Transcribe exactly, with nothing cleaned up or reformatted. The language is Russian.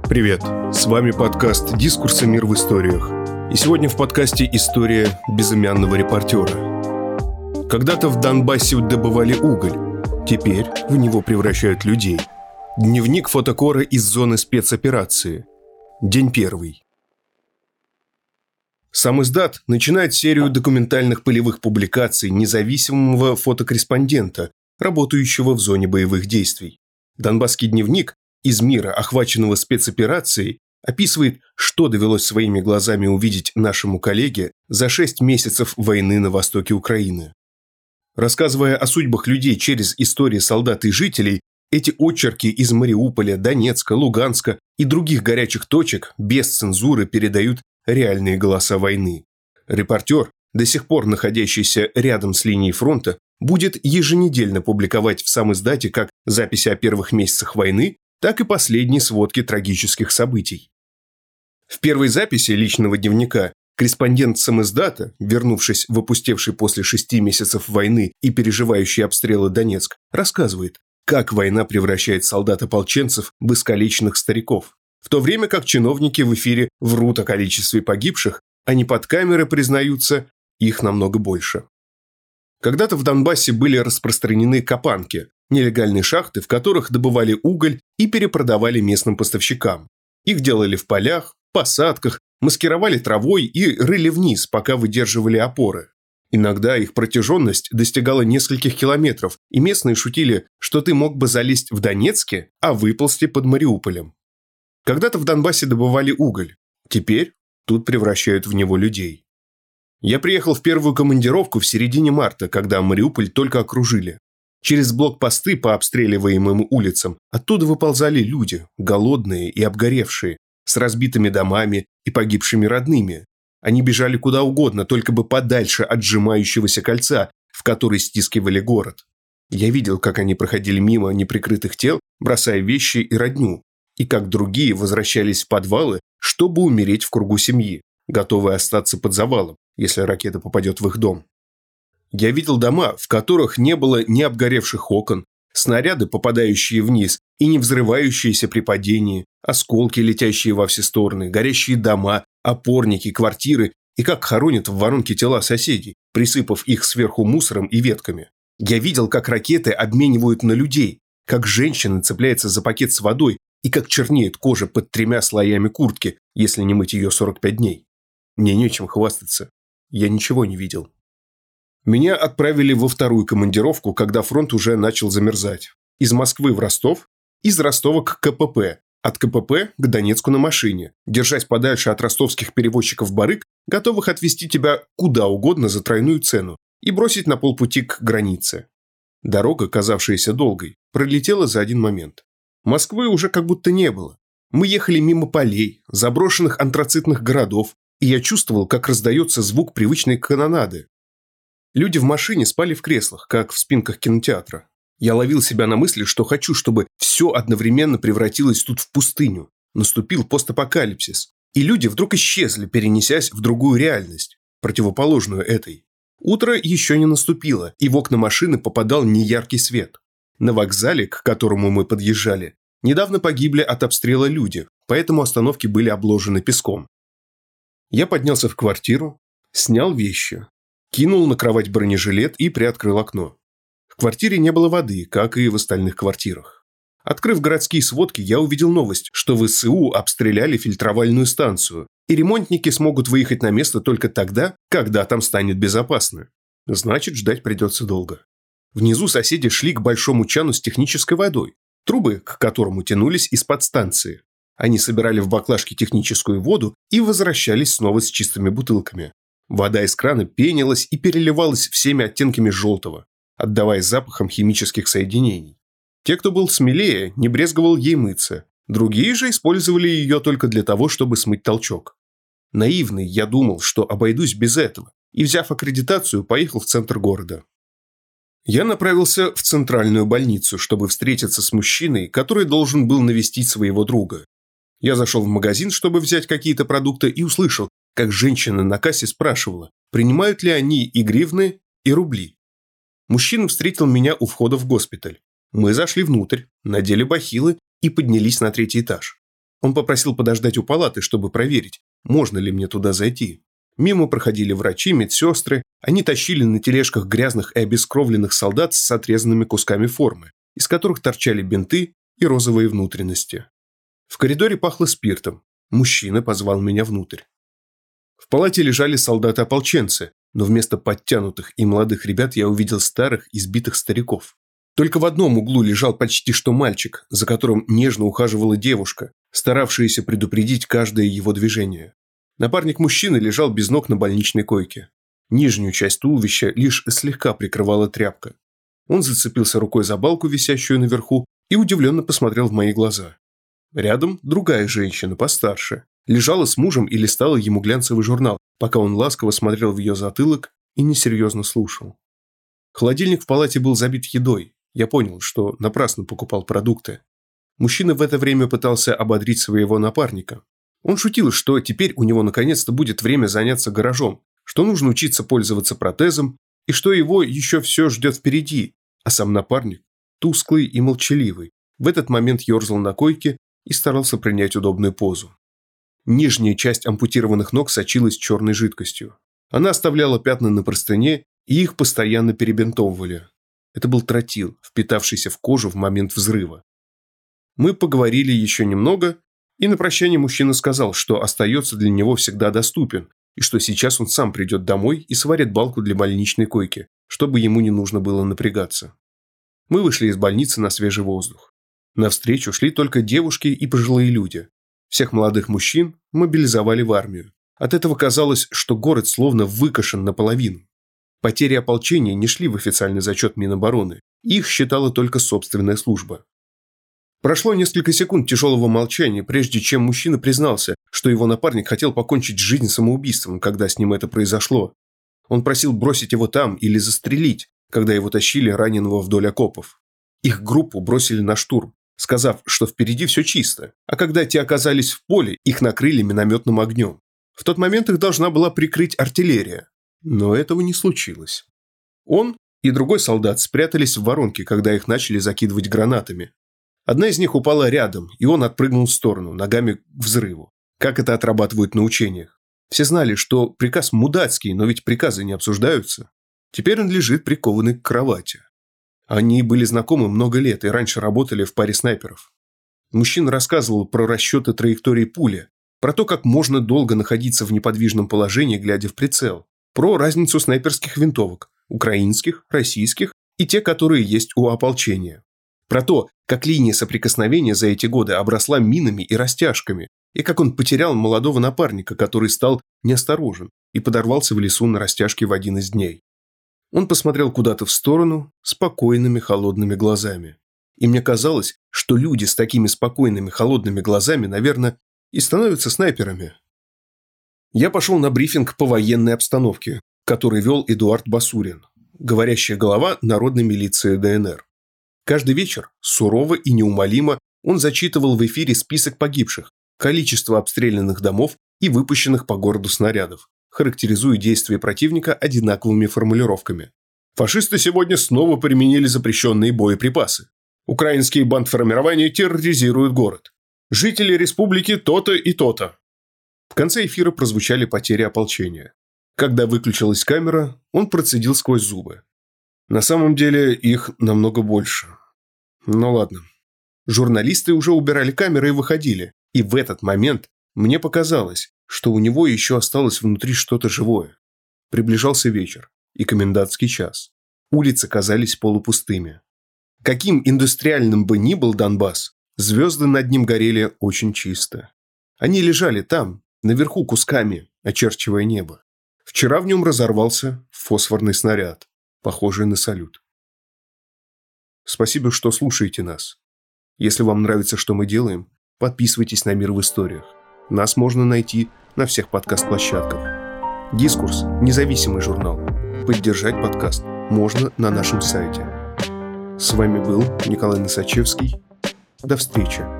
Привет! С вами подкаст «Дискурсы. Мир в историях». И сегодня в подкасте история безымянного репортера. Когда-то в Донбассе добывали уголь, теперь в него превращают людей. Дневник фотокора из зоны спецоперации. День первый. Сам издат начинает серию документальных полевых публикаций независимого фотокорреспондента, работающего в зоне боевых действий. Донбасский дневник из мира, охваченного спецоперацией, описывает, что довелось своими глазами увидеть нашему коллеге за шесть месяцев войны на востоке Украины. Рассказывая о судьбах людей через истории солдат и жителей, эти очерки из Мариуполя, Донецка, Луганска и других горячих точек без цензуры передают реальные голоса войны. Репортер, до сих пор находящийся рядом с линией фронта, будет еженедельно публиковать в сам издате как записи о первых месяцах войны, так и последние сводки трагических событий. В первой записи личного дневника корреспондент самиздата, вернувшись в опустевший после шести месяцев войны и переживающий обстрелы Донецк, рассказывает, как война превращает солдат-ополченцев в искалеченных стариков, в то время как чиновники в эфире врут о количестве погибших, а не под камеры признаются, их намного больше. Когда-то в Донбассе были распространены копанки, нелегальные шахты, в которых добывали уголь и перепродавали местным поставщикам. Их делали в полях, посадках, маскировали травой и рыли вниз, пока выдерживали опоры. Иногда их протяженность достигала нескольких километров, и местные шутили, что ты мог бы залезть в Донецке, а выползти под Мариуполем. Когда-то в Донбассе добывали уголь, теперь тут превращают в него людей. Я приехал в первую командировку в середине марта, когда Мариуполь только окружили. Через блокпосты по обстреливаемым улицам оттуда выползали люди, голодные и обгоревшие, с разбитыми домами и погибшими родными. Они бежали куда угодно, только бы подальше от сжимающегося кольца, в который стискивали город. Я видел, как они проходили мимо неприкрытых тел, бросая вещи и родню, и как другие возвращались в подвалы, чтобы умереть в кругу семьи, готовые остаться под завалом, если ракета попадет в их дом. Я видел дома, в которых не было ни обгоревших окон, снаряды, попадающие вниз и не взрывающиеся при падении, осколки, летящие во все стороны, горящие дома, опорники, квартиры и как хоронят в воронке тела соседей, присыпав их сверху мусором и ветками. Я видел, как ракеты обменивают на людей, как женщина цепляется за пакет с водой и как чернеет кожа под тремя слоями куртки, если не мыть ее сорок пять дней. Мне нечем хвастаться. Я ничего не видел. Меня отправили во вторую командировку, когда фронт уже начал замерзать. Из Москвы в Ростов, из Ростова к КПП, от КПП к Донецку на машине, держась подальше от ростовских перевозчиков-барыг, готовых отвезти тебя куда угодно за тройную цену и бросить на полпути к границе. Дорога, казавшаяся долгой, пролетела за один момент. Москвы уже как будто не было. Мы ехали мимо полей, заброшенных антрацитных городов, и я чувствовал, как раздается звук привычной канонады. Люди в машине спали в креслах, как в спинках кинотеатра. Я ловил себя на мысли, что хочу, чтобы все одновременно превратилось тут в пустыню. Наступил постапокалипсис. И люди вдруг исчезли, перенесясь в другую реальность, противоположную этой. Утро еще не наступило, и в окна машины попадал неяркий свет. На вокзале, к которому мы подъезжали, недавно погибли от обстрела люди, поэтому остановки были обложены песком. Я поднялся в квартиру, снял вещи, кинул на кровать бронежилет и приоткрыл окно. В квартире не было воды, как и в остальных квартирах. Открыв городские сводки, я увидел новость, что ВСУ обстреляли фильтровальную станцию, и ремонтники смогут выехать на место только тогда, когда там станет безопасно. Значит, ждать придется долго. Внизу соседи шли к большому чану с технической водой, трубы к которому тянулись из-под станции. Они собирали в баклажке техническую воду и возвращались снова с чистыми бутылками. Вода из крана пенилась и переливалась всеми оттенками желтого, отдавая запахом химических соединений. Те, кто был смелее, не брезговал ей мыться. Другие же использовали ее только для того, чтобы смыть толчок. Наивный, я думал, что обойдусь без этого, и, взяв аккредитацию, поехал в центр города. Я направился в центральную больницу, чтобы встретиться с мужчиной, который должен был навестить своего друга. Я зашел в магазин, чтобы взять какие-то продукты, и услышал, как женщина на кассе спрашивала, принимают ли они и гривны, и рубли. Мужчина встретил меня у входа в госпиталь. Мы зашли внутрь, надели бахилы и поднялись на третий этаж. Он попросил подождать у палаты, чтобы проверить, можно ли мне туда зайти. Мимо проходили врачи, медсестры, они тащили на тележках грязных и обескровленных солдат с отрезанными кусками формы, из которых торчали бинты и розовые внутренности. В коридоре пахло спиртом. Мужчина позвал меня внутрь. В палате лежали солдаты-ополченцы, но вместо подтянутых и молодых ребят я увидел старых, избитых стариков. Только в одном углу лежал почти что мальчик, за которым нежно ухаживала девушка, старавшаяся предупредить каждое его движение. Напарник мужчины лежал без ног на больничной койке. Нижнюю часть туловища лишь слегка прикрывала тряпка. Он зацепился рукой за балку, висящую наверху, и удивленно посмотрел в мои глаза. Рядом другая женщина, постарше, лежала с мужем и листала ему глянцевый журнал, пока он ласково смотрел в ее затылок и несерьезно слушал. Холодильник в палате был забит едой. Я понял, что напрасно покупал продукты. Мужчина в это время пытался ободрить своего напарника. Он шутил, что теперь у него наконец-то будет время заняться гаражом, что нужно учиться пользоваться протезом и что его еще все ждет впереди, а сам напарник, тусклый и молчаливый, в этот момент ерзал на койке и старался принять удобную позу. Нижняя часть ампутированных ног сочилась черной жидкостью. Она оставляла пятна на простыне, и их постоянно перебинтовывали. Это был тротил, впитавшийся в кожу в момент взрыва. Мы поговорили еще немного, и на прощание мужчина сказал, что остается для него всегда доступен, и что сейчас он сам придет домой и сварит балку для больничной койки, чтобы ему не нужно было напрягаться. Мы вышли из больницы на свежий воздух. Навстречу шли только девушки и пожилые люди. Всех молодых мужчин мобилизовали в армию. От этого казалось, что город словно выкошен наполовину. Потери ополчения не шли в официальный зачет Минобороны, их считала только собственная служба. Прошло несколько секунд тяжелого молчания, прежде чем мужчина признался, что его напарник хотел покончить жизнь самоубийством, когда с ним это произошло. Он просил бросить его там или застрелить, когда его тащили раненого вдоль окопов. Их группу бросили на штурм, сказав, что впереди все чисто, а когда те оказались в поле, их накрыли минометным огнем. В тот момент их должна была прикрыть артиллерия. Но этого не случилось. Он и другой солдат спрятались в воронке, когда их начали закидывать гранатами. Одна из них упала рядом, и он отпрыгнул в сторону, ногами к взрыву. Как это отрабатывают на учениях. Все знали, что приказ мудацкий, но ведь приказы не обсуждаются. Теперь он лежит прикованный к кровати. Они были знакомы много лет и раньше работали в паре снайперов. Мужчина рассказывал про расчеты траектории пули, про то, как можно долго находиться в неподвижном положении, глядя в прицел, про разницу снайперских винтовок, украинских, российских и те, которые есть у ополчения. Про то, как линия соприкосновения за эти годы обросла минами и растяжками, и как он потерял молодого напарника, который стал неосторожен и подорвался в лесу на растяжке в один из дней. Он посмотрел куда-то в сторону спокойными холодными глазами. И мне казалось, что люди с такими спокойными холодными глазами, наверное, и становятся снайперами. Я пошел на брифинг по военной обстановке, который вел Эдуард Басурин, говорящая голова народной милиции ДНР. Каждый вечер, сурово и неумолимо, он зачитывал в эфире список погибших, количество обстрелянных домов и выпущенных по городу снарядов, характеризуя действия противника одинаковыми формулировками. Фашисты сегодня снова применили запрещенные боеприпасы. Украинские бандформирования терроризируют город. Жители республики то-то и то-то. В конце эфира прозвучали потери ополчения. Когда выключилась камера, он процедил сквозь зубы. На самом деле их намного больше. Ну ладно. Журналисты уже убирали камеры и выходили. И в этот момент мне показалось, что у него еще осталось внутри что-то живое. Приближался вечер и комендантский час. Улицы казались полупустыми. Каким индустриальным бы ни был Донбасс, звезды над ним горели очень чисто. Они лежали там, наверху кусками, очерчивая небо. Вчера в нем разорвался фосфорный снаряд, похожий на салют. Спасибо, что слушаете нас. Если вам нравится, что мы делаем, подписывайтесь на «Мир в историях». Нас можно найти на всех подкаст-площадках. «Дискурс» – независимый журнал. Поддержать подкаст можно на нашем сайте. С вами был Николай Носачевский. До встречи.